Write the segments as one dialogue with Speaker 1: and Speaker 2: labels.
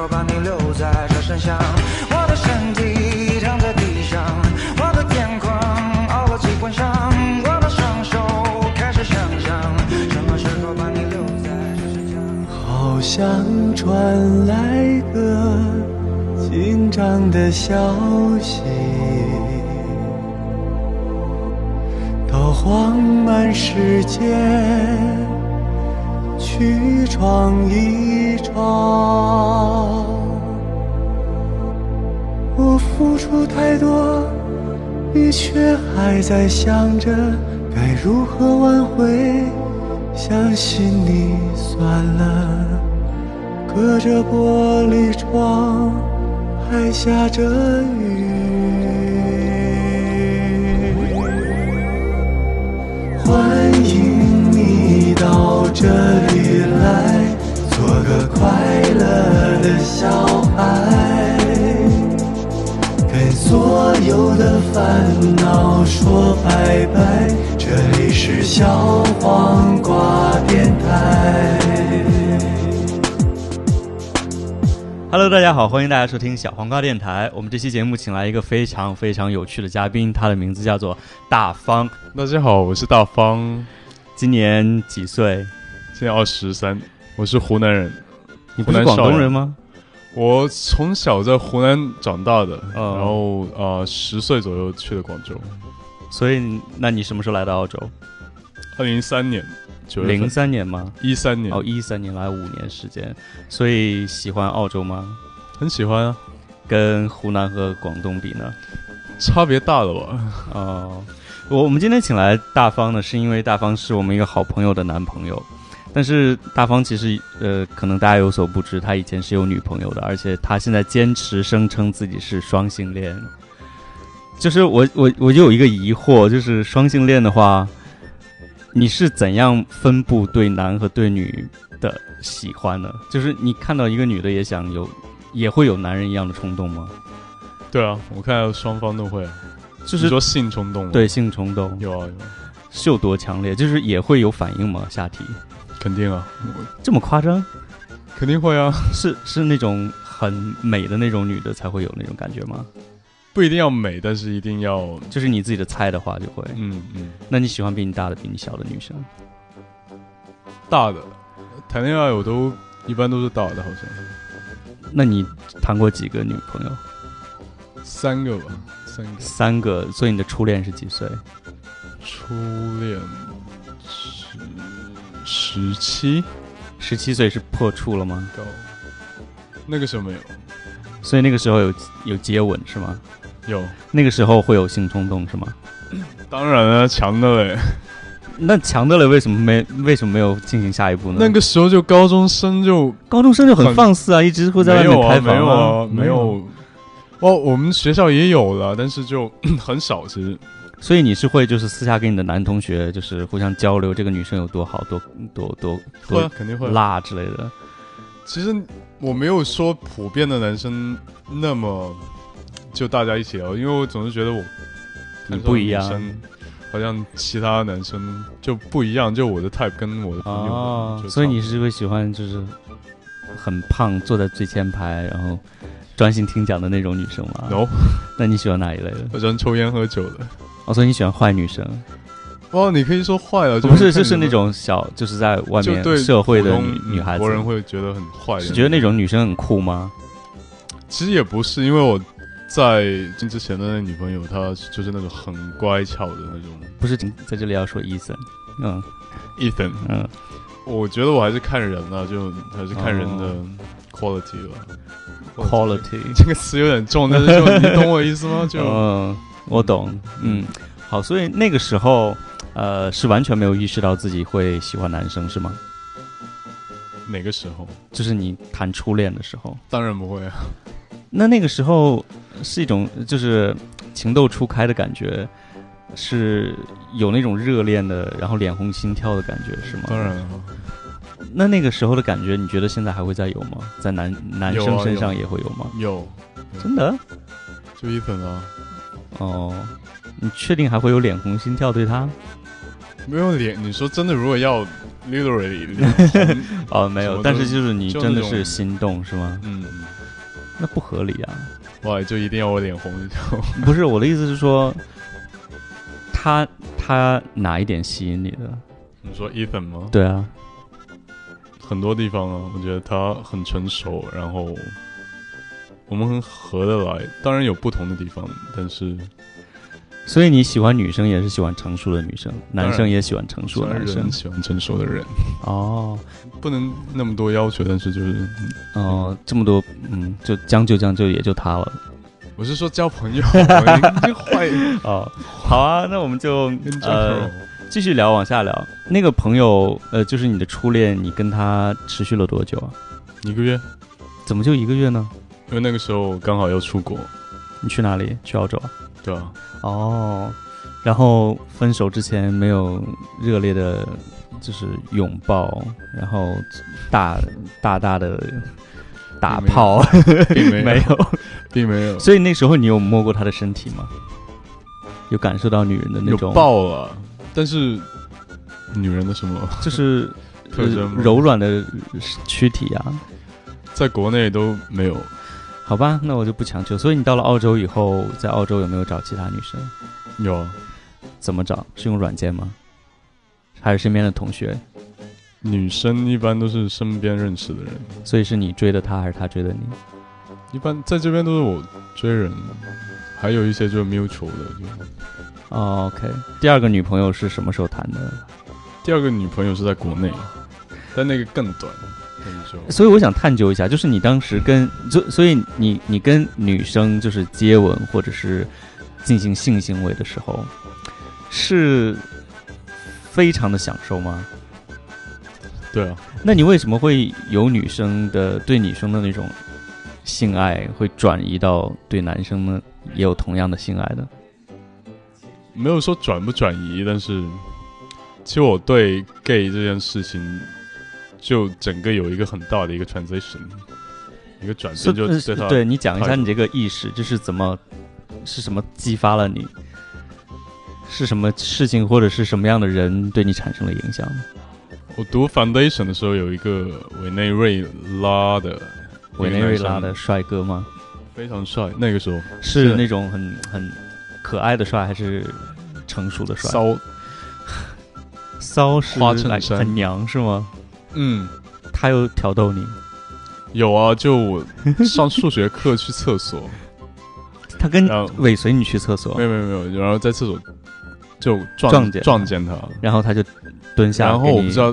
Speaker 1: 把你留在这身上，我的身体躺在地上，我的眼眶熬了几罐伤，我的双手开始想象什么时候把你留在这身上。好像传来个紧张的消息，都慌满世界去闯一闯。我付出太多，你却还在想着该如何挽回。相信你算了，隔着玻璃窗还下着雨。欢迎你到这里来，做个快乐的小孩，跟所有的烦恼说拜拜。这里是小黄瓜电台。
Speaker 2: Hello， 大家好，欢迎大家收听小黄瓜电台。我们这期节目请来一个非常非常有趣的嘉宾，他的名字叫做大方。
Speaker 3: 大家好，我是大方，
Speaker 2: 今年几岁？
Speaker 3: 今年23，我是湖南人。
Speaker 2: 你不是广东人吗？
Speaker 3: 我从小在湖南长大的，然后10岁左右去的广州。
Speaker 2: 所以，那你什么时候来到澳洲
Speaker 3: 2003年9月份。
Speaker 2: 03年吗
Speaker 3: ？13年。
Speaker 2: 哦，13年来5年时间。所以喜欢澳洲吗？
Speaker 3: 很喜欢啊。
Speaker 2: 跟湖南和广东比呢？
Speaker 3: 差别大了吧？
Speaker 2: 我们今天请来大方呢，是因为大方是我们一个好朋友的男朋友。但是大方其实可能大家有所不知，他以前是有女朋友的，而且他现在坚持声称自己是双性恋。就是我就有一个疑惑，就是双性恋的话，你是怎样分布对男和对女的喜欢呢？就是你看到一个女的也会有男人一样的冲动吗？
Speaker 3: 对啊，我看到双方都会啊。
Speaker 2: 就是
Speaker 3: 你说性冲动吗？
Speaker 2: 对，性冲动
Speaker 3: 有啊。
Speaker 2: 是有多强烈？就是也会有反应吗？下体？
Speaker 3: 肯定啊。
Speaker 2: 这么夸张？
Speaker 3: 肯定会啊。
Speaker 2: 是那种很美的那种女的才会有那种感觉吗？
Speaker 3: 不一定要美，但是一定要
Speaker 2: 就是你自己的菜的话就会。那你喜欢比你大的比你小的女生？
Speaker 3: 大的谈恋爱我一般都是大的好像。
Speaker 2: 那你谈过几个女朋友
Speaker 3: ？3个吧。
Speaker 2: 3个。所以你的初恋是几岁？
Speaker 3: 初恋17
Speaker 2: 岁是破处了吗？
Speaker 3: 那个时候没有。
Speaker 2: 所以那个时候有接吻是吗？
Speaker 3: 有。
Speaker 2: 那个时候会有性冲动是吗？
Speaker 3: 当然了，强的嘞。
Speaker 2: 那强的嘞，为什么没有进行下一步呢？
Speaker 3: 那个时候就高中生就
Speaker 2: 很放肆啊，一直会在外面开房。
Speaker 3: 没有。我们学校也有了，但是就很少其实。
Speaker 2: 所以你是会就是私下跟你的男同学就是互相交流这个女生有多好，多
Speaker 3: 肯定会
Speaker 2: 辣之类的。
Speaker 3: 其实我没有说普遍的男生那么就大家一起聊，因为我总是觉得
Speaker 2: 你不一样，
Speaker 3: 好像其他男生就不一样，就我的 type 跟我的朋友。
Speaker 2: 所以你是会喜欢就是很胖坐在最前排然后专心听讲的那种女生吗？
Speaker 3: No。
Speaker 2: 那你喜欢哪一类的？
Speaker 3: 我喜欢抽烟喝酒的。
Speaker 2: 所以你喜欢坏女生？
Speaker 3: 你可以说坏了，
Speaker 2: 不是，就是那种就是在外面社会的女孩子，
Speaker 3: 国人会觉得很坏。
Speaker 2: 是觉得那种女生很酷吗？
Speaker 3: 其实也不是，因为我在进之前的那女朋友，她就是那种很乖巧的那种。
Speaker 2: 不是在这里要说 Ethan。
Speaker 3: 我觉得我还是看人了，就还是看人的 quality 了。
Speaker 2: quality
Speaker 3: 这个词有点重，但是就你懂我意思吗？就
Speaker 2: 我懂。好，所以那个时候是完全没有意识到自己会喜欢男生是吗？
Speaker 3: 哪个时候？
Speaker 2: 就是你谈初恋的时候。
Speaker 3: 当然不会啊。
Speaker 2: 那个时候是一种就是情窦初开的感觉，是有那种热恋的然后脸红心跳的感觉是吗？
Speaker 3: 当然了。
Speaker 2: 那个时候的感觉你觉得现在还会再有吗？在男生身上也会有吗？
Speaker 3: 有。
Speaker 2: 真的？
Speaker 3: 就Ethan啊。
Speaker 2: 你确定还会有脸红心跳对他？
Speaker 3: 没有脸，你说真的，如果要 literally
Speaker 2: 没有，但是就是你真的是心动是吗？ 那不合理啊。
Speaker 3: 哇，就一定要我脸红一下？
Speaker 2: 不是，我的意思是说，他哪一点吸引你的？
Speaker 3: 你说 Ethan 吗？
Speaker 2: 对啊，
Speaker 3: 很多地方啊，我觉得他很成熟，然后我们很合得来。当然有不同的地方，但是
Speaker 2: 所以你喜欢女生也是喜欢成熟的女生，男生也喜欢成熟的男生，
Speaker 3: 喜欢成熟的人。
Speaker 2: 哦，
Speaker 3: 不能那么多要求，但是就是
Speaker 2: 这么多，就将就也就他了。
Speaker 3: 我是说交朋友，你这坏
Speaker 2: 哦，好啊，那我们就继续聊，往下聊。那个朋友，就是你的初恋，你跟他持续了多久啊
Speaker 3: ？1个月。
Speaker 2: 怎么就1个月呢？
Speaker 3: 因为那个时候刚好要出国。
Speaker 2: 你去哪里？去澳洲啊？
Speaker 3: 对啊。
Speaker 2: 哦，然后分手之前没有热烈的，就是拥抱，然后大的打炮，
Speaker 3: 并没有，
Speaker 2: 并没有。所以那时候你有摸过他的身体吗？有感受到女人的那种？
Speaker 3: 有抱了，但是女人的什么？
Speaker 2: 就是柔软的躯体啊，
Speaker 3: 在国内都没有。
Speaker 2: 好吧，那我就不强求。所以你到了澳洲以后，在澳洲有没有找其他女生？
Speaker 3: 有啊。
Speaker 2: 怎么找？是用软件吗？还是身边的同学？
Speaker 3: 女生一般都是身边认识的人。
Speaker 2: 所以是你追的她，还是她追的你？
Speaker 3: 一般在这边都是我追人，还有一些就是 mutual 的。
Speaker 2: 哦 OK。第二个女朋友是什么时候谈的？
Speaker 3: 第二个女朋友是在国内，但那个更短。
Speaker 2: 所以我想探究一下，就是你当时所以你跟女生就是接吻或者是进行性行为的时候，是非常的享受吗？
Speaker 3: 对啊。
Speaker 2: 那你为什么会有对女生的那种性爱会转移到对男生呢也有同样的性爱的？
Speaker 3: 没有说转不转移，但是其实我对 gay 这件事情就整个有一个很大的一个 transition， 一个转变，就
Speaker 2: 对你讲一下你这个意识，就是是什么激发了你？是什么事情或者是什么样的人对你产生了影响？
Speaker 3: 我读 foundation 的时候有一个委内瑞拉的
Speaker 2: 帅哥吗？
Speaker 3: 非常帅，那个时候
Speaker 2: 是那种很可爱的帅，还是成熟的帅？骚是很娘是吗？他有挑逗你？
Speaker 3: 有啊，就我上数学课去厕所，
Speaker 2: 他尾随你去厕所？
Speaker 3: 没有，然后在厕所就撞见他，
Speaker 2: 然后他就蹲下，
Speaker 3: 然后我不知道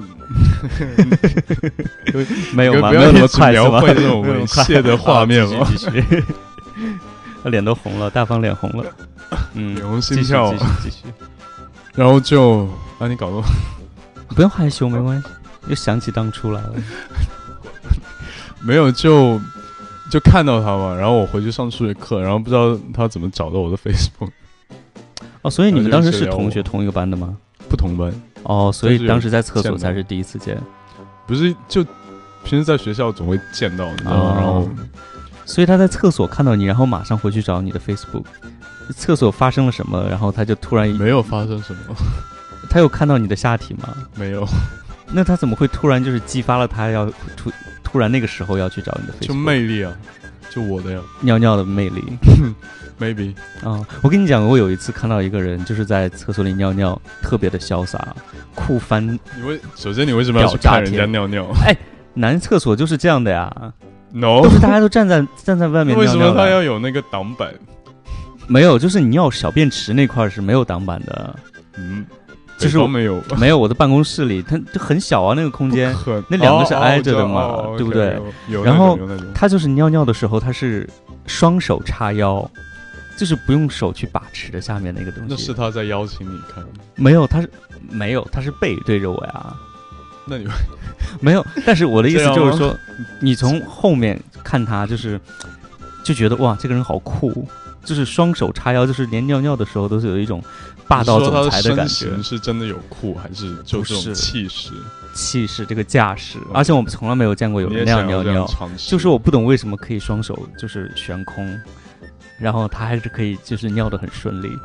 Speaker 2: 没有吗？没有那么快是吗？
Speaker 3: 描绘这种猥亵的画面吗？
Speaker 2: 继续他脸都红了，大方脸红了，
Speaker 3: 脸红心跳，
Speaker 2: 继续。
Speaker 3: 然后就你搞得
Speaker 2: 不用害羞，没关系。又想起当初来了。
Speaker 3: 没有，就看到他嘛，然后我回去上数学课，然后不知道他怎么找到我的 Facebook。
Speaker 2: 哦，所以你们当时是同学，同一个班的吗？
Speaker 3: 不同班。
Speaker 2: 哦，所以当时在厕所才是第一次见。
Speaker 3: 不是，就平时在学校总会见到，你知道吗？然后，
Speaker 2: 所以他在厕所看到你，然后马上回去找你的 Facebook。厕所发生了什么？然后他就突然
Speaker 3: 没有发生什么。
Speaker 2: 他有看到你的下体吗？
Speaker 3: 没有。
Speaker 2: 那他怎么会突然就是激发了他要突然那个时候要去找你的 Facebook？
Speaker 3: 就魅力啊，就我的呀，
Speaker 2: 尿尿的魅力。
Speaker 3: maybe
Speaker 2: 我跟你讲，我有一次看到一个人就是在厕所里尿尿，特别的潇洒，酷翻。
Speaker 3: 首先你为什么要去看人家尿尿？
Speaker 2: 男厕所就是这样的呀。
Speaker 3: No，
Speaker 2: 都是大家都站在外面尿尿的。
Speaker 3: 为什么他要有那个挡板？
Speaker 2: 没有，就是你尿小便池那块是没有挡板的。就是
Speaker 3: 没有
Speaker 2: 我的办公室里，它就很小啊，那个空间，那两个是挨着的嘛，对不对？然后他就是尿尿的时候，他是双手叉腰，就是不用手去把持的下面那个东西。
Speaker 3: 那是他在邀请你看？
Speaker 2: 没有，他是背对着我呀。
Speaker 3: 那你
Speaker 2: 没有？但是我的意思就是说，你从后面看他，就觉得哇，这个人好酷，就是双手叉腰，就是连尿尿的时候都是有一种霸道总裁的感觉。
Speaker 3: 是真的有酷，还是就这种气势？
Speaker 2: 气势，这个架势。而且我们从来没有见过有人那样尿尿，就是我不懂为什么可以双手就是悬空，然后他还是可以就是尿得很顺利。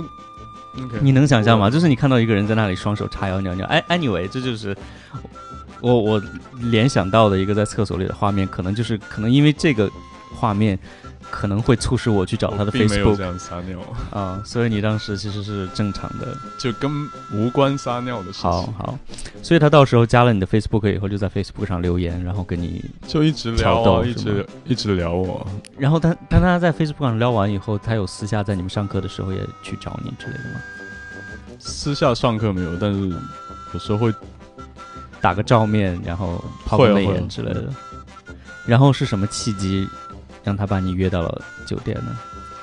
Speaker 3: Okay,
Speaker 2: 你能想象吗？就是你看到一个人在那里双手叉腰尿尿，anyway， 这就是我联想到的一个在厕所里的画面，可能因为这个画面可能会促使我去找他的 Facebook，
Speaker 3: 并没有这样撒尿
Speaker 2: 啊，所以你当时其实是正常的，
Speaker 3: 就跟无关撒尿的事情。
Speaker 2: 好，所以他到时候加了你的 Facebook 以后，就在 Facebook 上留言，然后跟你
Speaker 3: 就一直聊啊，一直聊我。
Speaker 2: 然后但他在 Facebook 上聊完以后，他有私下在你们上课的时候也去找你之类的吗？
Speaker 3: 私下上课没有，但是有时候会
Speaker 2: 打个照面，然后抛个媚眼之类的。然后是什么契机让他把你约到了酒店呢？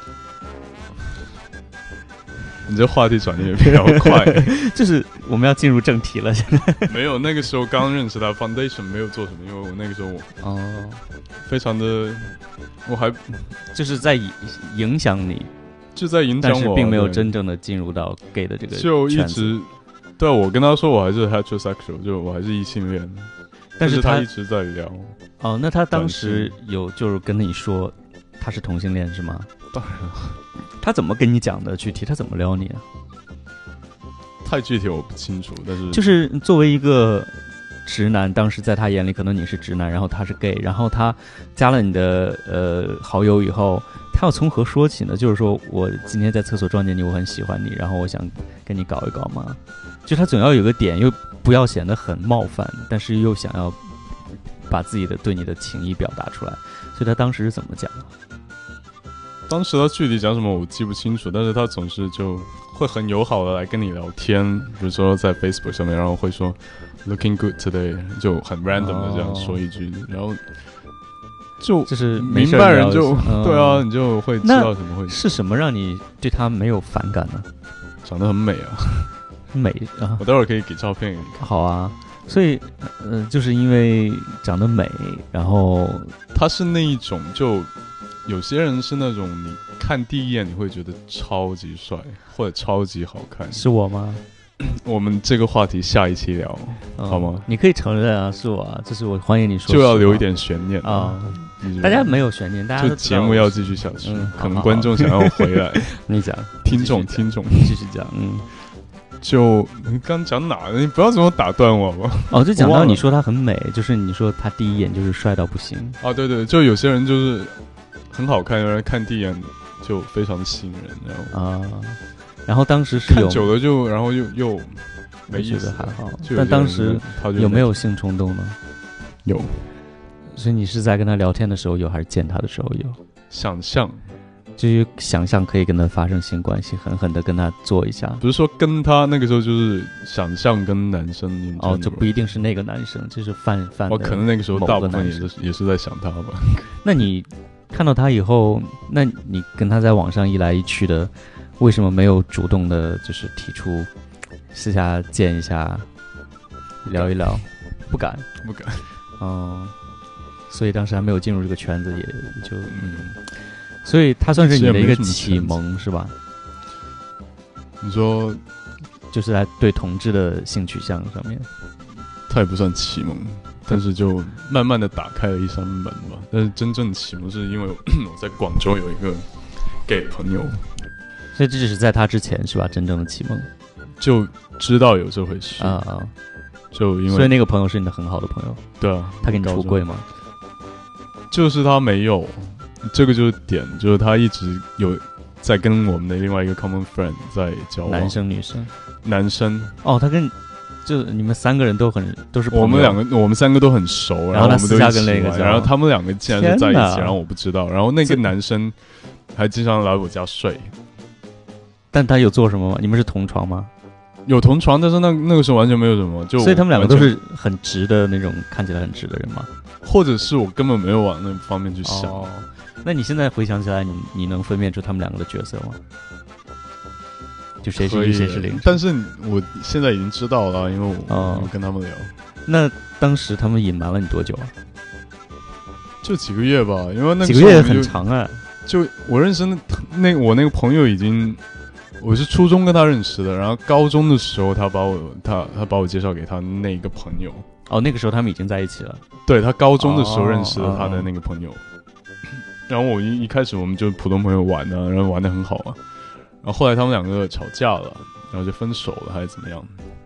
Speaker 3: 你这话题转的也比较快，
Speaker 2: 就是我们要进入正题了。现在
Speaker 3: 没有，那个时候刚认识他 ，Foundation 没有做什么，因为我那个时候非常的，我还
Speaker 2: 就是在影响你，
Speaker 3: 就在影响我，
Speaker 2: 但是并没有真正的进入到 gay 的这个
Speaker 3: 就一直对我跟他说我还是 heterosexual， 就我还是异性恋，
Speaker 2: 但是
Speaker 3: 他一直在聊。
Speaker 2: 哦，那他当时有就是跟你说他是同性恋是吗？
Speaker 3: 当然了。
Speaker 2: 他怎么跟你讲的？具体他怎么撩你啊？
Speaker 3: 太具体我不清楚，但是
Speaker 2: 就是作为一个直男，当时在他眼里可能你是直男，然后他是 gay， 然后他加了你的好友以后，他要从何说起呢？就是说我今天在厕所撞见你，我很喜欢你，然后我想跟你搞一搞嘛。就他总要有个点，又不要显得很冒犯，但是又想要把自己的对你的情意表达出来，所以他当时是怎么讲的？
Speaker 3: 当时他具体讲什么我记不清楚，但是他总是就会很友好的来跟你聊天，比如说在 Facebook 上面，然后会说 looking good today， 就很 random 的这样说一句，然后
Speaker 2: 就是
Speaker 3: 明白人就对啊，你就会知道什么会。
Speaker 2: 是什么让你对他没有反感呢？
Speaker 3: 长得很美啊，
Speaker 2: 美啊！
Speaker 3: 我待会儿可以给照片给你看。
Speaker 2: 好啊，所以就是因为长得美，然后
Speaker 3: 他是那一种就。有些人是那种你看第一眼你会觉得超级帅或者超级好看，
Speaker 2: 是我吗？
Speaker 3: 我们这个话题下一期聊，好吗？
Speaker 2: 你可以承认啊，是我啊，这是我欢迎你说，
Speaker 3: 就要留一点悬念
Speaker 2: 啊。大家没有悬念，大家
Speaker 3: 就节目要继续下去，可能观众想要回来。
Speaker 2: 你讲，
Speaker 3: 听众
Speaker 2: 继续讲，
Speaker 3: 就你刚讲哪了？你不要这么打断我吧。
Speaker 2: 哦，就讲到你说他很美，就是你说他第一眼就是帅到不行
Speaker 3: 啊，对，就有些人就是。很好看，有人看第一眼就非常吸引人，
Speaker 2: 然后当时是
Speaker 3: 看久了就，然后又没意思，
Speaker 2: 还好。但当时有没有性冲动呢？
Speaker 3: 有。
Speaker 2: 所以你是在跟他聊天的时候有，还是见他的时候有？
Speaker 3: 想象，
Speaker 2: 就是想象可以跟他发生性关系，狠狠的跟他做一下。
Speaker 3: 不是说跟他那个时候就是想象跟男生
Speaker 2: 就不一定是那个男生，就是泛的。
Speaker 3: 可能那个时候大部分也是在想他吧。
Speaker 2: 那你看到他以后，那你跟他在网上一来一去的，为什么没有主动的，就是提出私下见一下，聊一聊？不敢。所以当时还没有进入这个圈子，也就所以他算是你的一个启蒙，是吧？
Speaker 3: 你说，
Speaker 2: 就是在对同志的性取向上面，
Speaker 3: 他也不算启蒙。但是就慢慢的打开了一扇门吧。但是真正的启蒙是因为我在广州有一个 gay 朋友，
Speaker 2: 所以这只是在他之前是吧？真正的启蒙
Speaker 3: 就知道有这回事就因为
Speaker 2: 所以那个朋友是你的很好的朋友。
Speaker 3: 对啊，
Speaker 2: 他给你出柜吗？
Speaker 3: 就是他没有，这个就是点，就是他一直有在跟我们的另外一个 common friend 在交往，
Speaker 2: 男生女生？
Speaker 3: 男生。
Speaker 2: 他跟。就你们三个人都是朋友，
Speaker 3: 我们三个都很熟，然后我们都一起玩，然后他们两个竟然是在一起，然后我不知道，然后那个男生还经常来我家睡。
Speaker 2: 但他有做什么吗？你们是同床吗？
Speaker 3: 有同床，但是那个时候完全没有什么，
Speaker 2: 所以他们两个都是很直的那种，看起来很直的人吗？
Speaker 3: 或者是我根本没有往那方面去想。
Speaker 2: 那你现在回想起来，你能分辨出他们两个的角色吗？就谁是一谁是零，
Speaker 3: 但是我现在已经知道了，因为我跟他们聊。
Speaker 2: 那当时他们隐瞒了你多久啊？
Speaker 3: 就几个月吧，因为那个
Speaker 2: 几个月很长啊。
Speaker 3: 就我认识我那个朋友我是初中跟他认识的，然后高中的时候他把我介绍给他那个朋友。
Speaker 2: 那个时候他们已经在一起了。
Speaker 3: 对，他高中的时候认识了他的那个朋友。然后我一开始我们就普通朋友玩啊，然后玩得很好啊。然后后来他们两个吵架了，然后就分手了，还是怎么样？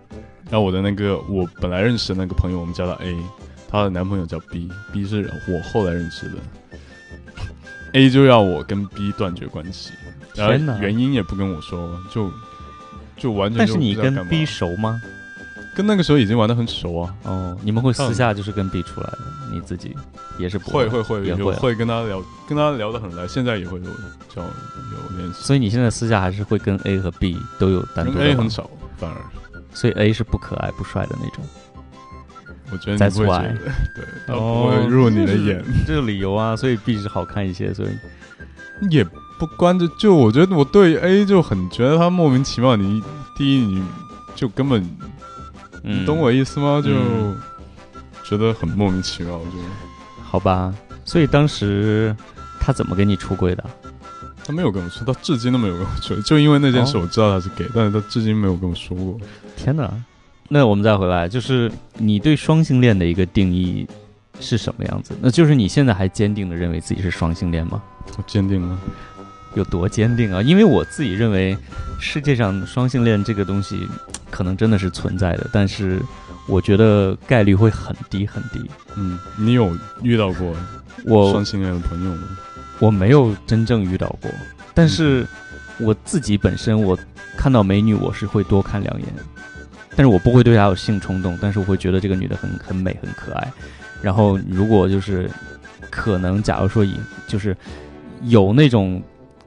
Speaker 3: 然后我的那个我本来认识的那个朋友，我们叫他 A， 她的男朋友叫 B，B 是我后来认识的。A 就要我跟 B 断绝关系，然后原因也不跟我说，就完全就不知道干嘛。但是
Speaker 2: 你跟 B 熟吗？
Speaker 3: 跟那个时候已经玩得很熟啊。
Speaker 2: 哦，你们会私下就是跟 B 出来的？你自己也是不会？
Speaker 3: 会跟他聊得很来，现在也会有联系。
Speaker 2: 所以你现在私下还是会跟 A 和 B 都有单独的？
Speaker 3: 跟 A 很少，反而。
Speaker 2: 所以 A 是不可爱不帅的那种。
Speaker 3: 我觉得你不会觉得，对，他不会入你的眼，
Speaker 2: 这个理由啊，所以 B 是好看一些，所以
Speaker 3: 也不关就我觉得我对 A 就很觉得他莫名其妙，你第一你就根本，你懂我意思吗？就觉得很莫名其妙，就
Speaker 2: 好吧。所以当时他怎么给你出柜的？
Speaker 3: 他没有跟我说，他至今都没有跟我说，就因为那件事我知道他是 gay，但是他至今没有跟我说过。
Speaker 2: 天哪！那我们再回来，就是你对双性恋的一个定义是什么样子？那就是你现在还坚定的认为自己是双性恋吗？
Speaker 3: 我坚定了。
Speaker 2: 有多坚定啊？因为我自己认为世界上双性恋这个东西可能真的是存在的，但是我觉得概率会很低很低。
Speaker 3: 你有遇到过双性恋的朋友吗？
Speaker 2: 我没有真正遇到过，但是我自己本身我看到美女我是会多看两眼。但是我不会对她有性冲动，但是我会觉得这个女的很美很可爱。然后如果就是可能假如说就是有那种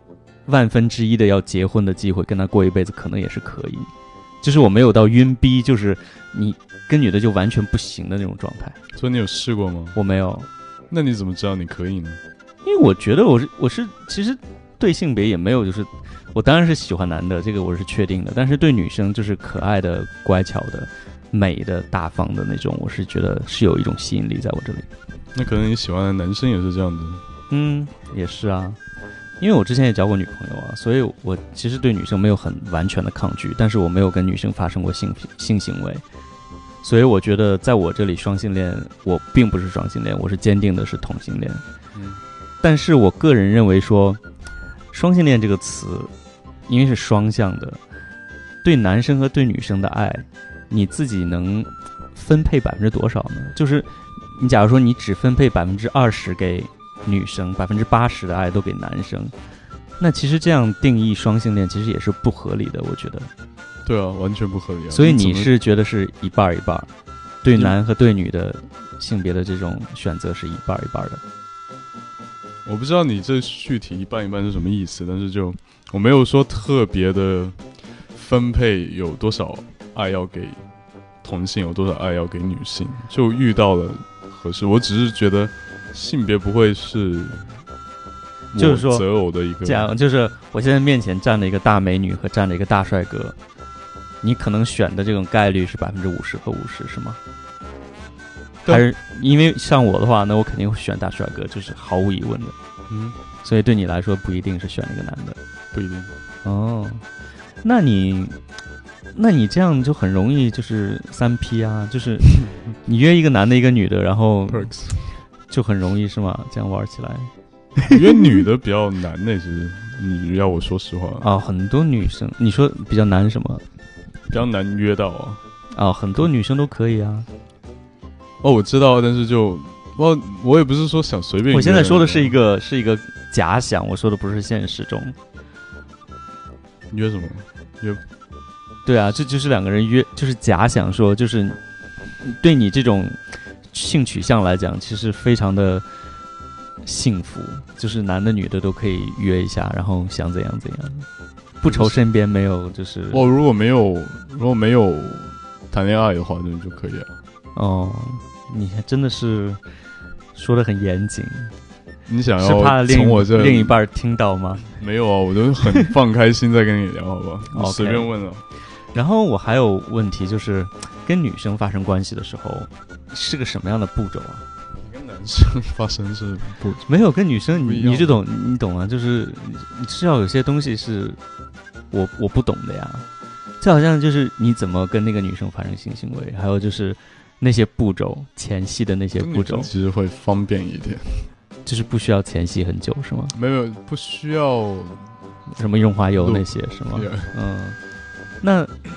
Speaker 2: 1/1000的要结婚的机会，跟她过一辈子可能也是可以。就是我没有到晕逼，就是你跟女的就完全不行的那种状态。
Speaker 3: 所以你有试过吗？
Speaker 2: 我没有。
Speaker 3: 那你怎么知道你可以呢？
Speaker 2: 因为我觉得我是其实对性别也没有就是我当然是喜欢男的，这个我是确定的，但是对女生就是可爱的乖巧的美的大方的那种，我是觉得是有一种吸引力在我这里。
Speaker 3: 那可能你喜欢的男生也是这样子。
Speaker 2: 也是啊，因为我之前也交过女朋友啊，所以我其实对女生没有很完全的抗拒，但是我没有跟女生发生过性行为，所以我觉得在我这里双性恋我并不是双性恋，我是坚定的是同性恋。但是我个人认为说双性恋这个词因为是双向的，对男生和对女生的爱你自己能分配多少呢？就是你假如说你只分配20%给女生，80%的爱都给男生，那其实这样定义双性恋其实也是不合理的，我觉得。
Speaker 3: 对啊，完全不合理啊。
Speaker 2: 所以你是觉得是一半一半，对男和对女的性别的这种选择是一半一半的。
Speaker 3: 我不知道你这具体一半一半是什么意思，但是就我没有说特别的分配有多少爱要给同性，有多少爱要给女性，就遇到了合适。我只是觉得性别不会是
Speaker 2: 就是说
Speaker 3: 择偶的一个，
Speaker 2: 这样就是我现在面前站了一个大美女和站了一个大帅哥，你可能选的这种概率是50%和50%是吗？还是因为像我的话，那我肯定会选大帅哥，就是毫无疑问的。所以对你来说不一定是选一个男的，
Speaker 3: 不一定。
Speaker 2: 哦，那你这样就很容易就是3P啊，就是你约一个男的一个女的，然后就很容易是吗？这样玩起来，
Speaker 3: 约女的比较难那是你要我说实话
Speaker 2: 啊，很多女生你说比较难什么？
Speaker 3: 比较难约到啊。
Speaker 2: 啊，很多女生都可以啊。
Speaker 3: 哦，我知道，但是就我也不是说想随便约。
Speaker 2: 我现在说的是一个假想，我说的不是现实中。
Speaker 3: 约什么？约？
Speaker 2: 对啊，这就是两个人约，就是假想说，就是对你这种性取向来讲，其实非常的幸福，就是男的女的都可以约一下，然后想怎样怎样，不愁身边没有就是。
Speaker 3: 如果没有谈恋爱的话，那就可以了。
Speaker 2: 哦，你还真的是说得很严谨。
Speaker 3: 你想要
Speaker 2: 是怕
Speaker 3: 从我这
Speaker 2: 另一半听到吗？
Speaker 3: 没有啊，我都很放开心在跟你聊，好不好？你随便问了。
Speaker 2: 然后我还有问题，就是跟女生发生关系的时候是个什么样的步骤啊？
Speaker 3: 跟男生发生是步骤
Speaker 2: 没有跟女生你是懂你懂啊？就是你是要有些东西是我不懂的呀。就好像就是你怎么跟那个女生发生性行为，还有就是那些步骤，前戏的那些步骤，
Speaker 3: 其实会方便一点，
Speaker 2: 就是不需要前戏很久是吗？
Speaker 3: 没有，不需要
Speaker 2: 什么用花油那些是吗？那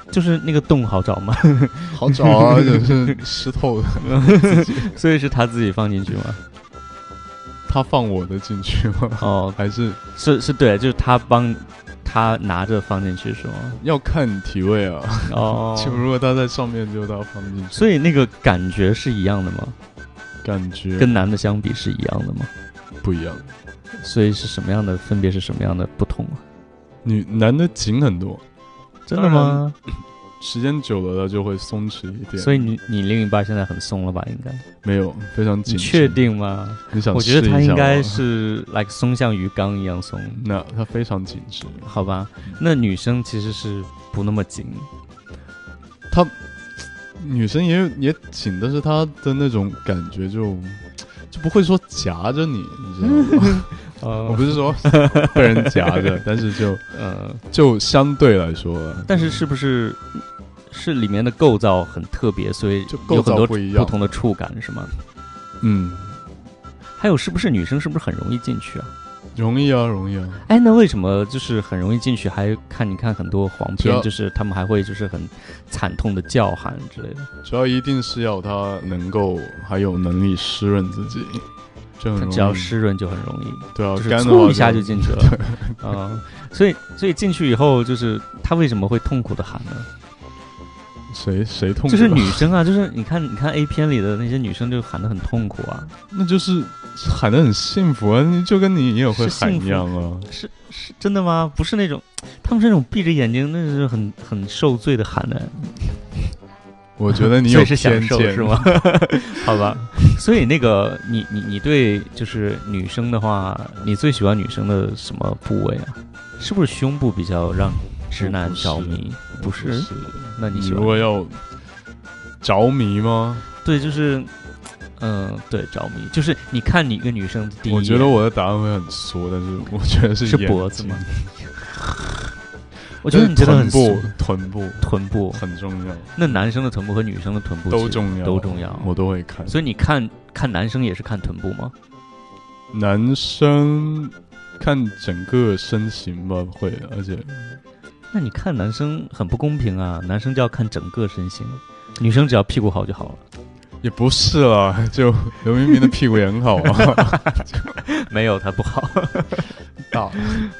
Speaker 2: 就是那个洞好找吗？
Speaker 3: 好找啊，就是湿透的。
Speaker 2: 所以是他自己放进去吗？
Speaker 3: 他放我的进去吗？
Speaker 2: 哦，
Speaker 3: 还是
Speaker 2: 对，就是他拿着放进去是吗？
Speaker 3: 要看体位啊。
Speaker 2: 哦，
Speaker 3: 就如果他在上面，就他放进去。
Speaker 2: 所以那个感觉是一样的吗？
Speaker 3: 感觉
Speaker 2: 跟男的相比是一样的吗？
Speaker 3: 不一样。
Speaker 2: 所以是什么样的分别？是什么样的不同啊？
Speaker 3: 男的紧很多。
Speaker 2: 真的吗？
Speaker 3: 时间久了，它就会松弛一点。
Speaker 2: 所以你另一半现在很松了吧？应该
Speaker 3: 没有，非常紧。
Speaker 2: 你确定吗？
Speaker 3: 你想？
Speaker 2: 我觉得他应该是 like 松像鱼缸一样松。
Speaker 3: 那他非常紧致。
Speaker 2: 好吧，那女生其实是不那么紧。
Speaker 3: 女生也紧，但是她的那种感觉就不会说夹着你，你知道吗？我不是说被人夹着，但是就相对来说，
Speaker 2: 但是是不是里面的构造很特别，所以有很多不同的触感是吗？
Speaker 3: 嗯，
Speaker 2: 还有是不是女生是不是很容易进去啊？
Speaker 3: 容易啊。
Speaker 2: 哎，那为什么就是很容易进去？还你看很多黄片，就是他们还会就是很惨痛的叫喊之类的。
Speaker 3: 主要一定是要他能够还有能力湿润自己。
Speaker 2: 只要湿润就很容易，
Speaker 3: 对啊，
Speaker 2: 就是嗖一下就进去了。所以进去以后，就是他为什么会痛苦的喊呢？
Speaker 3: 谁痛苦？
Speaker 2: 就是女生啊，就是你看 A 片里的那些女生就喊得很痛苦啊。
Speaker 3: 那就是喊得很幸福啊，就跟你也会喊一样啊。
Speaker 2: 是真的吗？不是那种，他们是那种闭着眼睛，那是很受罪的喊的。
Speaker 3: 我觉得你有偏见
Speaker 2: 是吗？好吧，所以那个你对就是女生的话，你最喜欢女生的什么部位啊？是不是胸部比较让直男着迷？不是，那你
Speaker 3: 如果要着迷吗？
Speaker 2: 对，就是对，着迷就是你看你一个女生的第一眼，
Speaker 3: 我觉得我的答案会很缩，但是我觉得
Speaker 2: 是脖子吗？我觉得你真的很臀部
Speaker 3: 很重要。
Speaker 2: 那男生的臀部和女生的臀部
Speaker 3: 都重
Speaker 2: 要，
Speaker 3: 我都会看。
Speaker 2: 所以你看男生也是看臀部吗？
Speaker 3: 男生看整个身形吧，会，而且
Speaker 2: 那你看男生很不公平啊！男生就要看整个身形，女生只要屁股好就好了。
Speaker 3: 也不是啦，就刘明明的屁股也很好啊。
Speaker 2: 没有他不好。
Speaker 3: 大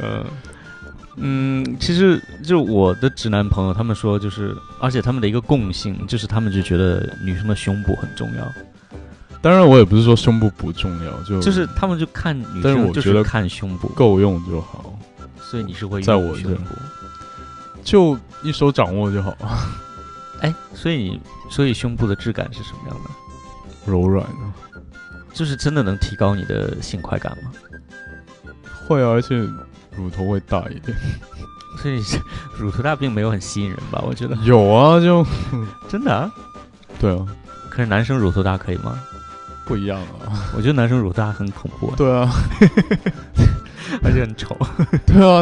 Speaker 2: 其实就我的直男朋友，他们说就是，而且他们的一个共性就是，他们就觉得女生的胸部很重要。
Speaker 3: 当然，我也不是说胸部不重要，
Speaker 2: 就是他们就看女生，就是看胸部
Speaker 3: 够用就好。
Speaker 2: 所以你是会
Speaker 3: 在我
Speaker 2: 胸部，
Speaker 3: 就一手掌握就好。
Speaker 2: 哎，所以胸部的质感是什么样的？
Speaker 3: 柔软的，
Speaker 2: 就是真的能提高你的性快感吗？
Speaker 3: 会啊，而且乳头会大一点。
Speaker 2: 所以乳头大并没有很吸引人吧？我觉得
Speaker 3: 有啊，就
Speaker 2: 真的啊。
Speaker 3: 对啊，
Speaker 2: 可是男生乳头大可以吗？
Speaker 3: 不一样啊。
Speaker 2: 我觉得男生乳头大很恐怖。
Speaker 3: 对啊。
Speaker 2: 而且很丑。
Speaker 3: 对啊。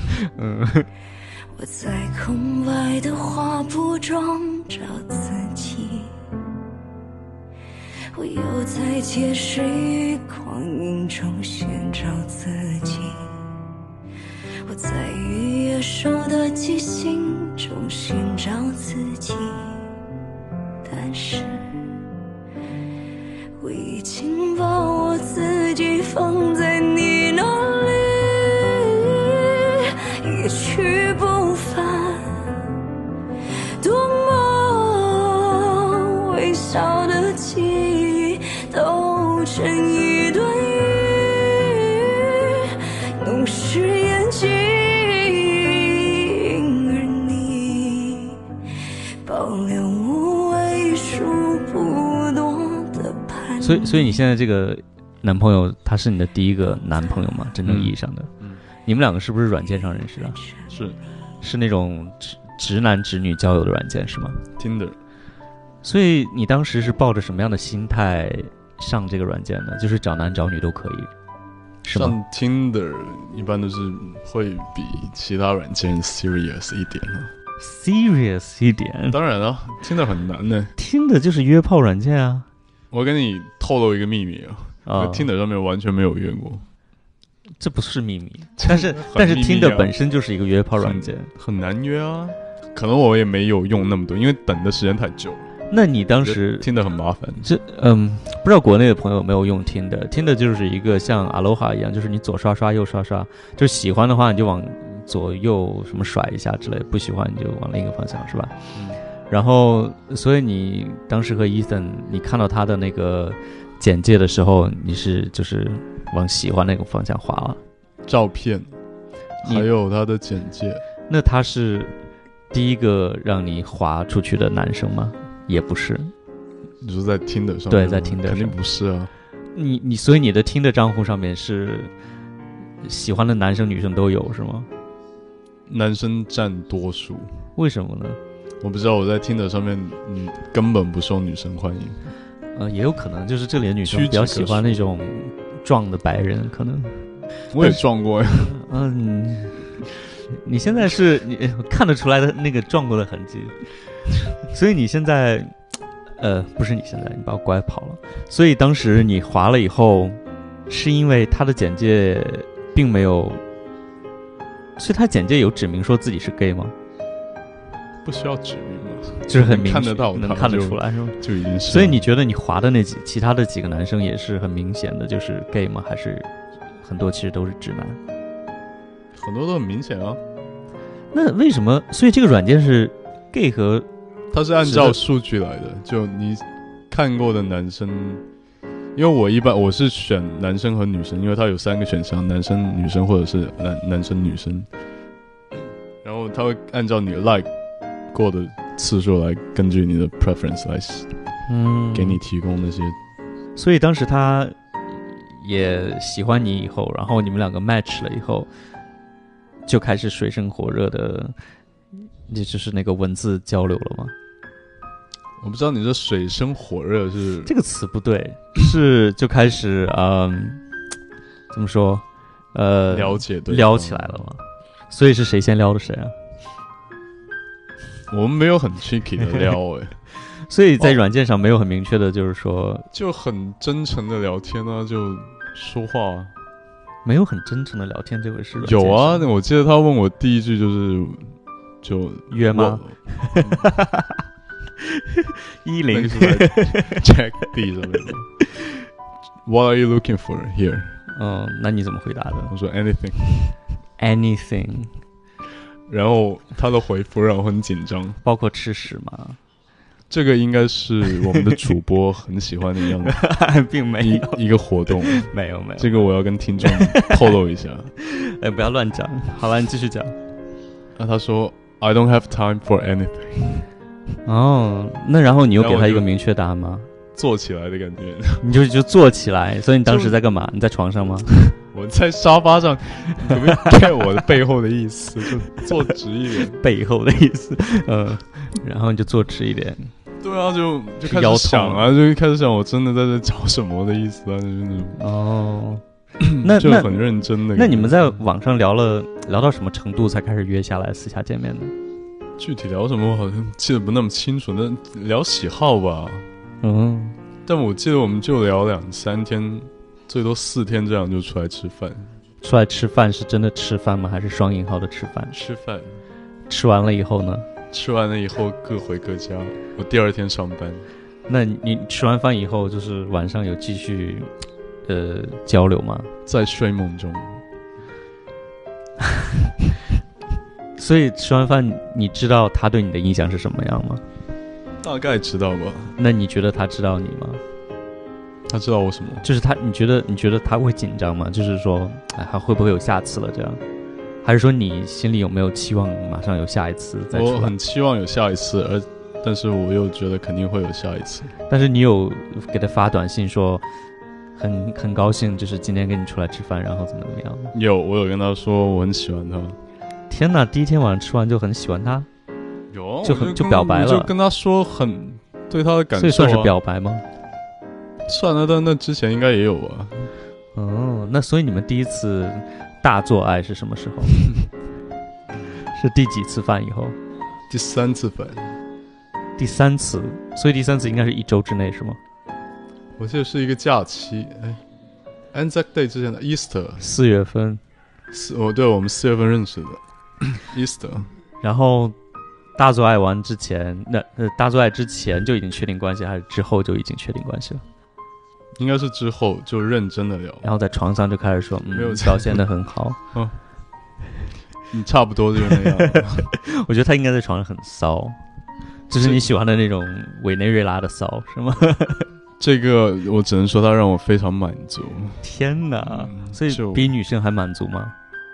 Speaker 4: 我在空白的画布中找自己，我又在街市与光影中寻找自己，我在与野兽的即兴中寻找自己，但是我已经把我自己放在你那里，一去不返，多么微小的记忆都成一段雨，弄湿眼睛，而你保留我为数不多的叛逆。
Speaker 2: 所以你现在这个男朋友他是你的第一个男朋友吗？真正意义上的？你们两个是不是软件上认识的？是那种直男直女交友的软件是吗
Speaker 3: ？Tinder。
Speaker 2: 所以你当时是抱着什么样的心态上这个软件呢？就是找男找女都可以，是吗？
Speaker 3: 上 Tinder 一般都是会比其他软件 serious 一点了。
Speaker 2: serious 一点？
Speaker 3: 当然了，Tinder 很难的。
Speaker 2: Tinder 就是约炮软件啊。
Speaker 3: 我跟你透露一个秘密啊，Tinder 上面完全没有约过。
Speaker 2: 这不是秘密，但是 Tinder 本身就是一个约炮软件，
Speaker 3: 很难约啊。 可能我也没有用那么多，因为等的时间太久了。
Speaker 2: 那你当时
Speaker 3: 听得很麻烦。
Speaker 2: 不知道国内的朋友有没有用听的就是一个像 Aloha 一样，就是你左刷刷右刷刷，就喜欢的话你就往左右什么甩一下之类，不喜欢你就往另一个方向，是吧？然后所以你当时和 Ethan 你看到他的那个简介的时候，你是就是往喜欢那个方向滑了？
Speaker 3: 照片还有他的简介。
Speaker 2: 那他是第一个让你滑出去的男生吗？也不是。
Speaker 3: 你说在Tinder上面？
Speaker 2: 对，在Tinder上
Speaker 3: 肯定不是啊。
Speaker 2: 所以你的Tinder账户上面是喜欢的男生女生都有是吗？
Speaker 3: 男生占多数。
Speaker 2: 为什么呢？
Speaker 3: 我不知道，我在Tinder上面根本不受女生欢迎。
Speaker 2: 也有可能就是这里的女生比较喜欢那种壮的白人，可能。
Speaker 3: 我也撞过呀。
Speaker 2: 你现在是你看得出来的那个撞过的痕迹，所以你现在不是你现在，你把我拐跑了。所以当时你滑了以后，是因为他的简介并没有，所以他简介有指明说自己是 gay 吗？
Speaker 3: 不需要指明嘛，
Speaker 2: 就是很明
Speaker 3: 看得到，
Speaker 2: 能看得出来是吗？
Speaker 3: 就已经是。
Speaker 2: 所以你觉得你滑的其他的几个男生也是很明显的就是 gay 吗？还是很多其实都是直男？
Speaker 3: 很多都很明显啊。
Speaker 2: 那为什么？所以这个软件是 gay 和
Speaker 3: 它是按照数据来的，就你看过的男生，因为我是选男生和女生，因为它有3个选项，男生、女生或者是男生、女生，然后它会按照你 like 过的次数来根据你的 preference 来，给你提供那些。
Speaker 2: 所以当时他也喜欢你以后，然后你们2个 match 了以后，就开始水深火热的，也就是那个文字交流了吗？
Speaker 3: 我不知道你说水深火热是
Speaker 2: 这个词不对，是就开始怎么说
Speaker 3: 了解对
Speaker 2: 撩起来了吗？所以是谁先撩的谁啊？
Speaker 3: 我们没有很 tricky 的撩
Speaker 2: 所以在软件上没有很明确的就是说
Speaker 3: 就很真诚的聊天啊，就说话啊。
Speaker 2: 没有很真诚的聊天这回事。
Speaker 3: 有啊，我记得他问我第一句就
Speaker 2: 约吗？10
Speaker 3: check D 什么的。What are you looking for here？
Speaker 2: 那你怎么回答的？
Speaker 3: 我说 anything。然后他的回复让我很紧张，
Speaker 2: 包括吃屎吗？
Speaker 3: 这个应该是我们的主播很喜欢的样子，
Speaker 2: 并没有
Speaker 3: 一个活动，
Speaker 2: 没有。
Speaker 3: 这个我要跟听众透露一下。
Speaker 2: 不要乱讲。好了，你继续讲。
Speaker 3: 那他说 I don't have time for anything。
Speaker 2: 那然后你又给他一个明确答案吗？
Speaker 3: 坐起来的感觉。
Speaker 2: 你就坐起来，所以你当时在干嘛？你在床上吗？
Speaker 3: 我在沙发上，可不可以看我的背后的意思？就坐直一点。
Speaker 2: 背后的意思，然后你就坐直一点。
Speaker 3: 对啊，就开始想啊，就开始想我真的在这找什么的意思啊，就是那种。
Speaker 2: 那
Speaker 3: 就很认真的。
Speaker 2: 那你们在网上聊到什么程度才开始约下来私下见面呢？
Speaker 3: 具体聊什么我好像记得不那么清楚，那聊喜好吧。但我记得我们就聊2-3天，最多4天，这样就出来吃饭。
Speaker 2: 出来吃饭是真的吃饭吗？还是双引号的吃饭？
Speaker 3: 吃饭。
Speaker 2: 吃完了以后呢？
Speaker 3: 吃完了以后各回各家，我第2天上班。
Speaker 2: 那你吃完饭以后，就是晚上有继续交流吗？
Speaker 3: 在睡梦中。
Speaker 2: 所以吃完饭，你知道他对你的印象是什么样吗？
Speaker 3: 大概知道吧。
Speaker 2: 那你觉得他知道你吗？
Speaker 3: 他知道我什么？
Speaker 2: 就是你觉得他会紧张吗？就是说，还会不会有下次了这样？还是说你心里有没有期望马上有下一次再出来？
Speaker 3: 我很期望有下一次，但是我又觉得肯定会有下一次。
Speaker 2: 但是你有给他发短信说很高兴，就是今天跟你出来吃饭，然后怎么样吗？
Speaker 3: 我有跟他说我很喜欢他。
Speaker 2: 天哪，第一天晚上吃完就很喜欢他？
Speaker 3: 有，
Speaker 2: 就表白了，
Speaker 3: 就跟他说很对他的感受，
Speaker 2: 所以算是表白吗？
Speaker 3: 算了，但那之前应该也有吧。
Speaker 2: 那所以你们第一次大做爱是什么时候？是第几次饭以后？
Speaker 3: 第3次饭。
Speaker 2: 第3次，所以第3次应该是1周之内是吗？
Speaker 3: 我记得是一个假期，Anzac Day 之前的 Easter。
Speaker 2: 4月份。
Speaker 3: 对，我们4月份认识的。Easter。
Speaker 2: 然后大做爱完之前，大做爱之前就已经确定关系，还是之后就已经确定关系了？
Speaker 3: 应该是之后就认真的聊，
Speaker 2: 然后在床上就开始说，
Speaker 3: 没有
Speaker 2: 表现得很好。
Speaker 3: 你差不多就那样。
Speaker 2: 我觉得他应该在床上很骚，就是你喜欢的那种委内瑞拉的骚，是吗？
Speaker 3: 这个我只能说他让我非常满足。
Speaker 2: 天哪，所以比女生还满足吗？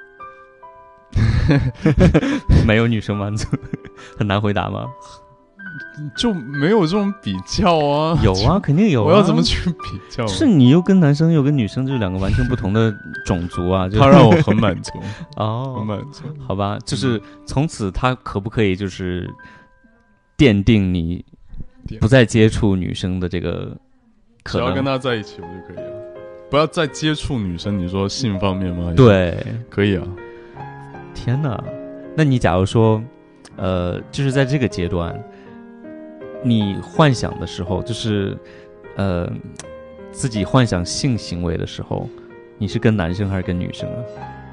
Speaker 2: 没有女生满足，很难回答吗？
Speaker 3: 就没有这种比较啊？
Speaker 2: 有啊，肯定有啊。
Speaker 3: 我要怎么去比较？
Speaker 2: 是你又跟男生又跟女生，就是两个完全不同的种族啊。
Speaker 3: 他让我很满足
Speaker 2: 哦，
Speaker 3: 很满足。
Speaker 2: 好吧，就是从此他可不可以就是奠定你不再接触女生的这个可能？
Speaker 3: 只要跟他在一起我就可以了，不要再接触女生。你说性方面吗？
Speaker 2: 对，
Speaker 3: 可以啊。
Speaker 2: 天哪，那你假如说，就是在这个阶段，你幻想的时候，就是自己幻想性行为的时候，你是跟男生还是跟女生啊？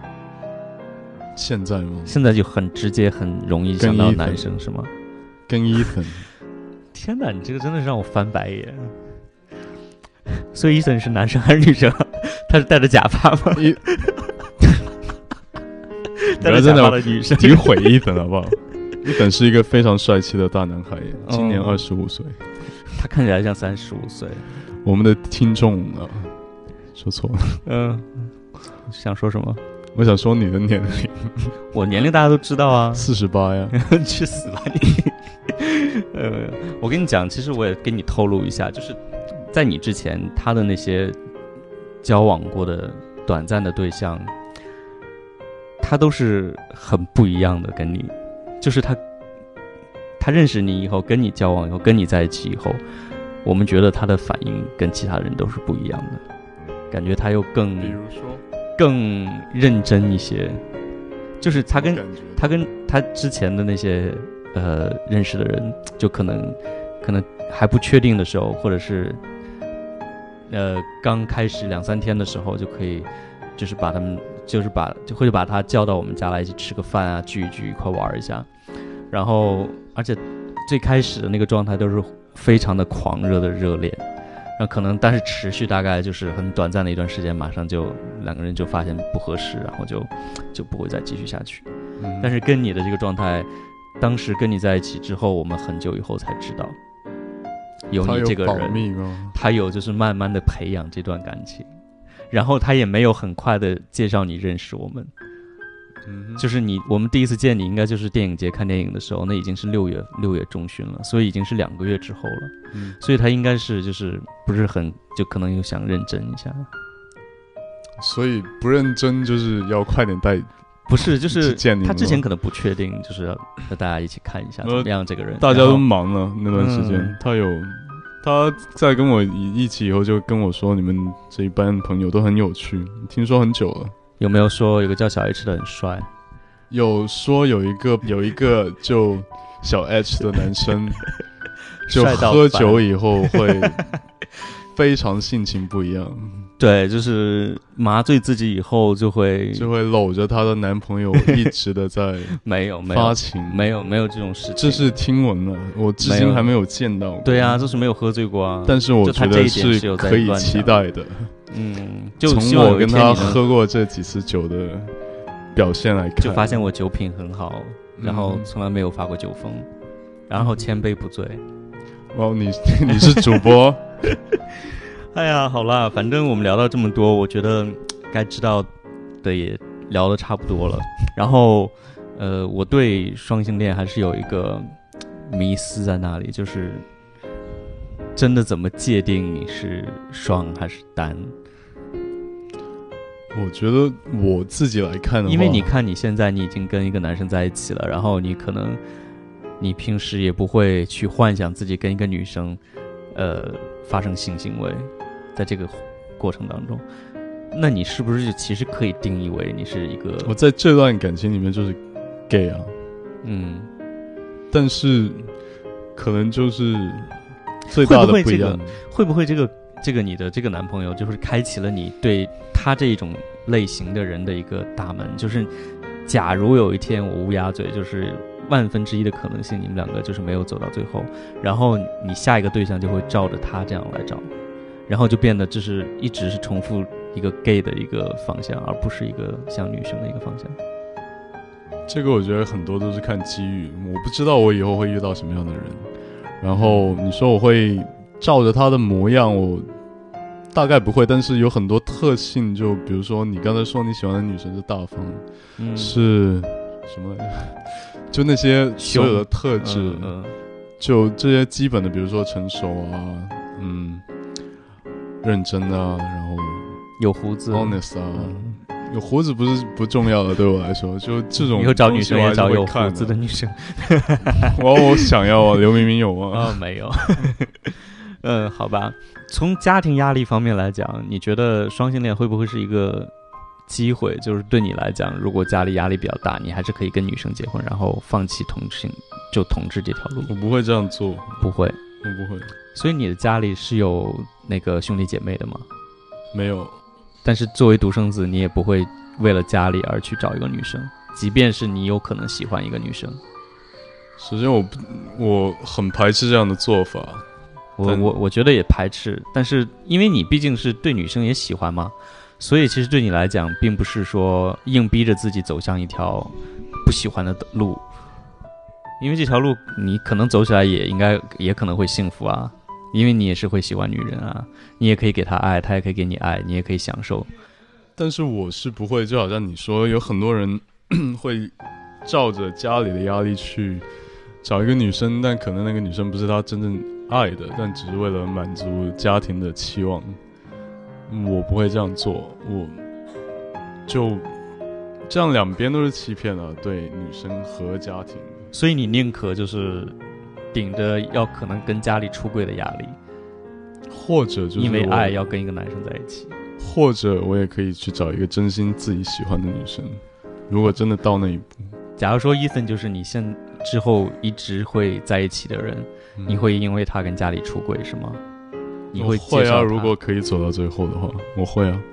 Speaker 3: 现在吗？
Speaker 2: 现在就很直接，很容易想到男生是吗？
Speaker 3: 跟Ethan。
Speaker 2: 天哪，你这个真的是让我翻白眼。所以Ethan是男生还是女生？他是戴着假发吗？
Speaker 3: 不要真的诋毁Ethan好不好？Ethan是一个非常帅气的大男孩，今年25岁。
Speaker 2: 他看起来像35岁。
Speaker 3: 我们的听众啊，说错了。
Speaker 2: 想说什么？
Speaker 3: 我想说你的年龄。
Speaker 2: 我年龄大家都知道啊
Speaker 3: ，48呀。
Speaker 2: 去死吧你！我跟你讲，其实我也跟你透露一下，就是在你之前，他的那些交往过的短暂的对象，他都是很不一样的。跟你，就是他认识你以后，跟你交往以后，跟你在一起以后，我们觉得他的反应跟其他人都是不一样的，感觉他又更，
Speaker 3: 比如说
Speaker 2: 更认真一些。就是他跟他之前的那些认识的人，就可能还不确定的时候，或者是刚开始2-3天的时候，就可以就是把他们就会把他叫到我们家来一起吃个饭啊，聚一聚，一块玩一下。然后而且最开始的那个状态都是非常的狂热的热恋，然后可能但是持续大概就是很短暂的一段时间，马上就两个人就发现不合适，然后就不会再继续下去。但是跟你的这个状态，当时跟你在一起之后，我们很久以后才知道有你这个人，他有就是慢慢的培养这段感情，然后他也没有很快的介绍你认识我们。就是我们第一次见你应该就是电影节看电影的时候，那已经是6月中旬了，所以已经是2个月之后了。所以他应该是就是不是很，就可能又想认真一下。
Speaker 3: 所以不认真就是要快点带。
Speaker 2: 不是，就是他之前可能不确定，就是要和大家一起看一下怎么样这个人。
Speaker 3: 大家都忙了那段时间，他在跟我一起以后就跟我说，你们这一班朋友都很有趣，听说很久了。
Speaker 2: 有没有说有个叫小 H 的很帅？
Speaker 3: 有说有一个就小 H 的男生，就喝酒以后会非常性情不一样。
Speaker 2: 对，就是麻醉自己以后就会
Speaker 3: 搂着她的男朋友一直的在
Speaker 2: 没有
Speaker 3: 发情，
Speaker 2: 没有这种事情，
Speaker 3: 这是听闻了，我至今还没有见到过。
Speaker 2: 对啊，就是没有喝醉过啊。
Speaker 3: 但是我觉得是可以期待的。
Speaker 2: 就
Speaker 3: 从我跟他喝过这几次酒的表现来看，
Speaker 2: 就发现我酒品很好，然后从来没有发过酒疯，然后千杯不醉。
Speaker 3: 哦，你是主播。
Speaker 2: 哎呀，好啦，反正我们聊到这么多，我觉得该知道的也聊得差不多了。然后，我对双性恋还是有一个迷思在那里，就是真的怎么界定你是双还是单？
Speaker 3: 我觉得我自己来看的话，
Speaker 2: 因为你看你现在你已经跟一个男生在一起了，然后你可能你平时也不会去幻想自己跟一个女生发生性行为。在这个过程当中，那你是不是其实可以定义为你是一个？
Speaker 3: 我在这段感情里面就是 gay 啊，但是可能就是最大的不一样。
Speaker 2: 会不会这个你的这个男朋友就是开启了你对他这种类型的人的一个大门？就是假如有一天我乌鸦嘴，就是 1/1000的可能性，你们两个就是没有走到最后，然后你下一个对象就会照着他这样来找，然后就变得就是一直是重复一个 gay 的一个方向，而不是一个像女生的一个方向。
Speaker 3: 这个我觉得很多都是看机遇，我不知道我以后会遇到什么样的人。然后你说我会照着他的模样，我大概不会，但是有很多特性，就比如说你刚才说你喜欢的女生是大方，是什么来着？就那些所有的特质，就这些基本的，比如说成熟啊，认真啊，然后
Speaker 2: 有胡子
Speaker 3: honest 啊。有胡子不重要的，对我来说，就这种
Speaker 2: 以后找女生也找有胡子的女生。
Speaker 3: 我想要啊，刘明明有吗？
Speaker 2: 没有。好吧。从家庭压力方面来讲，你觉得双性恋会不会是一个机会？就是对你来讲，如果家里压力比较大，你还是可以跟女生结婚，然后放弃同志这条路。
Speaker 3: 我不会这样做，
Speaker 2: 不会，
Speaker 3: 我不会。
Speaker 2: 所以你的家里是有那个兄弟姐妹的吗？
Speaker 3: 没有。
Speaker 2: 但是作为独生子，你也不会为了家里而去找一个女生，即便是你有可能喜欢一个女生。
Speaker 3: 首先我很排斥这样的做法。
Speaker 2: 我觉得也排斥，但是因为你毕竟是对女生也喜欢嘛，所以其实对你来讲并不是说硬逼着自己走向一条不喜欢的路，因为这条路你可能走起来也可能会幸福啊，因为你也是会喜欢女人啊，你也可以给她爱，她也可以给你爱，你也可以享受。
Speaker 3: 但是我是不会，就好像你说有很多人会照着家里的压力去找一个女生，但可能那个女生不是他真正爱的，但只是为了满足家庭的期望。我不会这样做，我就这样两边都是欺骗了，对女生和家庭。
Speaker 2: 所以你宁可就是顶着要可能跟家里出柜的压力，
Speaker 3: 或者就是
Speaker 2: 因为爱要跟一个男生在一起，
Speaker 3: 或者我也可以去找一个真心自己喜欢的女生。如果真的到那一步，
Speaker 2: 假如说Ethan就是你之后一直会在一起的人，你会因为他跟家里出柜是吗？你会接受他？
Speaker 3: 啊，如果可以走到最后的话，我会啊。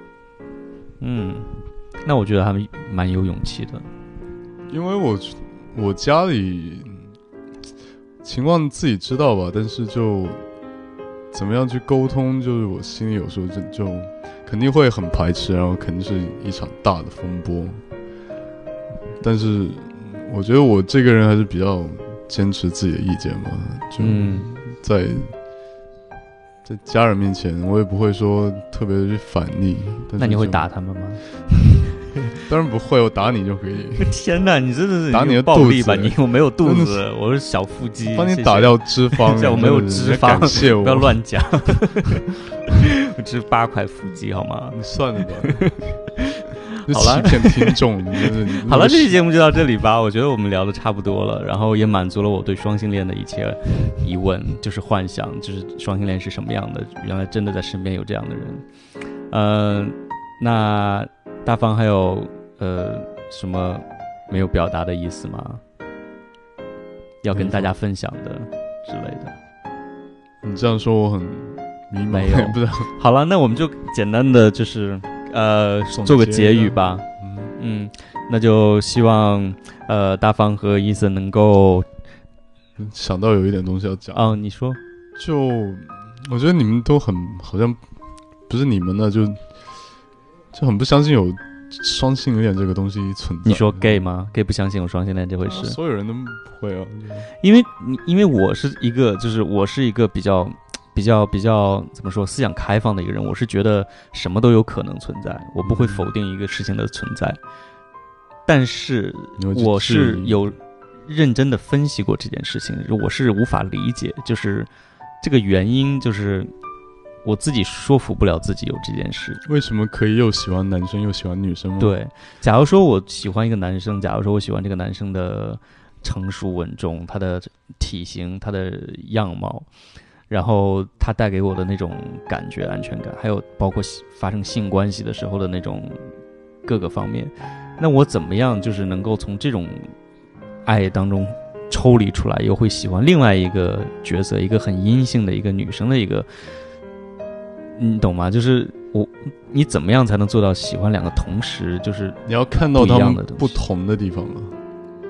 Speaker 2: 那我觉得他们蛮有勇气的，
Speaker 3: 因为我家里情况自己知道吧，但是就怎么样去沟通，就是我心里有时候就肯定会很排斥，然后肯定是一场大的风波。但是我觉得我这个人还是比较坚持自己的意见嘛，就在家人面前，我也不会说特别的去反逆。
Speaker 2: 那你会打他们吗？
Speaker 3: 当然不会，我打你就可以。
Speaker 2: 天哪，你真的是
Speaker 3: 打你的
Speaker 2: 暴力吧？我没有肚子，我是小腹肌，
Speaker 3: 帮你打掉脂肪。
Speaker 2: 我没有脂肪，
Speaker 3: 感谢我，
Speaker 2: 不要乱讲。我只是8块腹肌好吗？
Speaker 3: 你算了吧。好了，欺骗听众。
Speaker 2: 好了，这期节目就到这里吧。我觉得我们聊的差不多了，然后也满足了我对双性恋的一切疑问，就是幻想，就是双性恋是什么样的。原来真的在身边有这样的人。那大方还有什么没有表达的意思吗？要跟大家分享的之类的。
Speaker 3: 你这样说我很迷茫。
Speaker 2: 没有，
Speaker 3: 不知道。
Speaker 2: 好了，那我们就简单的就是做个结语吧。那就希望大方和伊森能够
Speaker 3: 想到有一点东西要讲。
Speaker 2: 哦，你说。
Speaker 3: 就我觉得你们都好像不是你们呢，就很不相信有双性恋这个东西存在。
Speaker 2: 你说 gay 吗？ gay 不相信有双性恋这回事。
Speaker 3: 所有人都不会啊。
Speaker 2: 因为我是一个比较怎么说，思想开放的一个人。我是觉得什么都有可能存在，我不会否定一个事情的存在。但是我是有认真的分析过这件事情，我是无法理解，就是这个原因，就是我自己说服不了自己有这件事。
Speaker 3: 为什么可以又喜欢男生又喜欢女生吗？
Speaker 2: 对，假如说我喜欢一个男生，假如说我喜欢这个男生的成熟稳重，他的体型，他的样貌，然后他带给我的那种感觉安全感，还有包括发生性关系的时候的那种各个方面，那我怎么样就是能够从这种爱当中抽离出来，又会喜欢另外一个角色，一个很阴性的一个女生的一个，你懂吗？就是你怎么样才能做到喜欢两个同时，就是
Speaker 3: 你要看到他们不同的地方吗？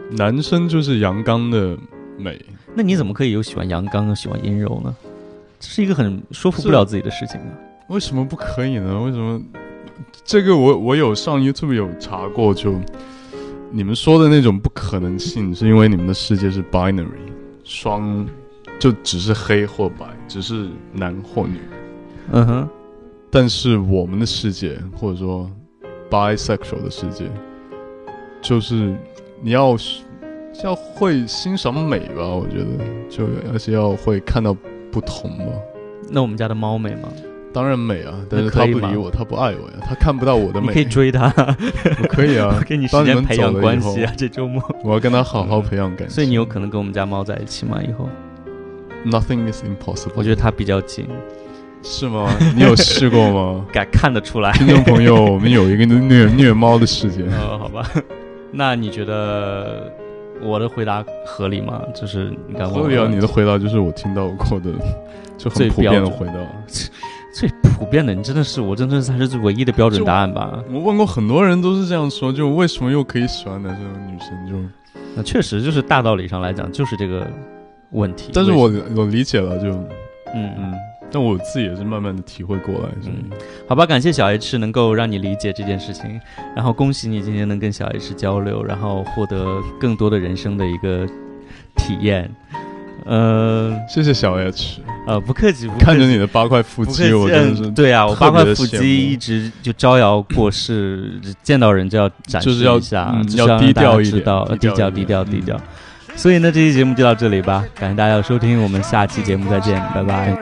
Speaker 3: 男生就是阳刚的美。
Speaker 2: 那你怎么可以有喜欢阳刚和喜欢阴柔呢？这是一个很说服不了自己的事情啊。
Speaker 3: 为什么不可以呢？为什么？这个我有上 YouTube 有查过，就你们说的那种不可能性，是因为你们的世界是 binary 双，就只是黑或白，只是男或女。
Speaker 2: 嗯哼。
Speaker 3: 但是我们的世界，或者说 bisexual 的世界，就是你要会欣赏美吧，我觉得，而且要会看到不同吧。
Speaker 2: 那我们家的猫美吗？
Speaker 3: 当然美啊，但是他不理我，他不爱我呀，他看不到我的美。
Speaker 2: 你可以追他。
Speaker 3: 我可以啊，
Speaker 2: 我给你时间培养关系啊，这周末。
Speaker 3: 我要跟他好好培养感情。
Speaker 2: 所以你有可能跟我们家猫在一起吗？以后
Speaker 3: ？Nothing is impossible。
Speaker 2: 我觉得它比较近。
Speaker 3: 是吗？你有试过吗？
Speaker 2: 看得出来。
Speaker 3: 听众朋友，我们有一个虐猫的事件。
Speaker 2: 好吧。那你觉得我的回答合理吗？就是你刚问
Speaker 3: 合理啊，你的回答就是我听到过的，就很普遍的回答。
Speaker 2: 最普遍的，你真的是我真的才是唯一的标准答案吧？
Speaker 3: 我问过很多人都是这样说，就为什么又可以喜欢男生和女生？就
Speaker 2: 那确实就是大道理上来讲就是这个问题。
Speaker 3: 但是我理解了，就但我自己也是慢慢的体会过来。
Speaker 2: 好吧，感谢小 H 能够让你理解这件事情，然后恭喜你今天能跟小 H 交流，然后获得更多的人生的一个体验。
Speaker 3: 谢谢小 H。
Speaker 2: 不客气。
Speaker 3: 看着你的8块腹肌，我真的是
Speaker 2: 对啊，我8块腹肌一直就招摇过市，见到人就要展示一下，
Speaker 3: 要低调一点，
Speaker 2: 低调。所以呢，这期节目就到这里吧，感谢大家的收听，我们下期节目再见，拜拜。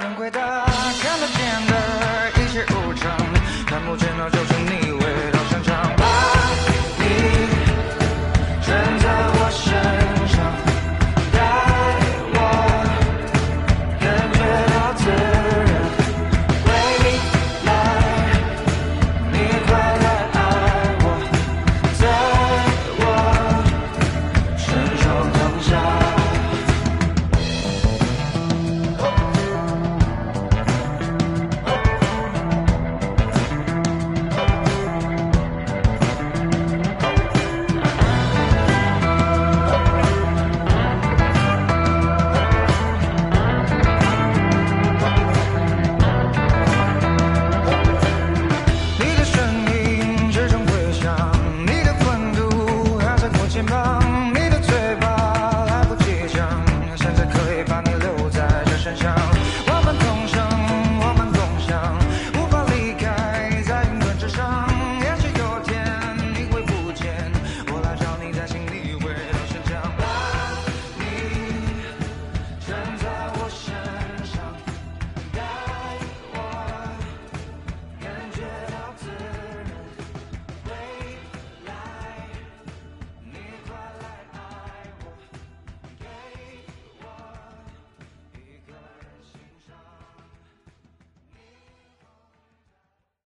Speaker 2: 现在可以把你留在这身上。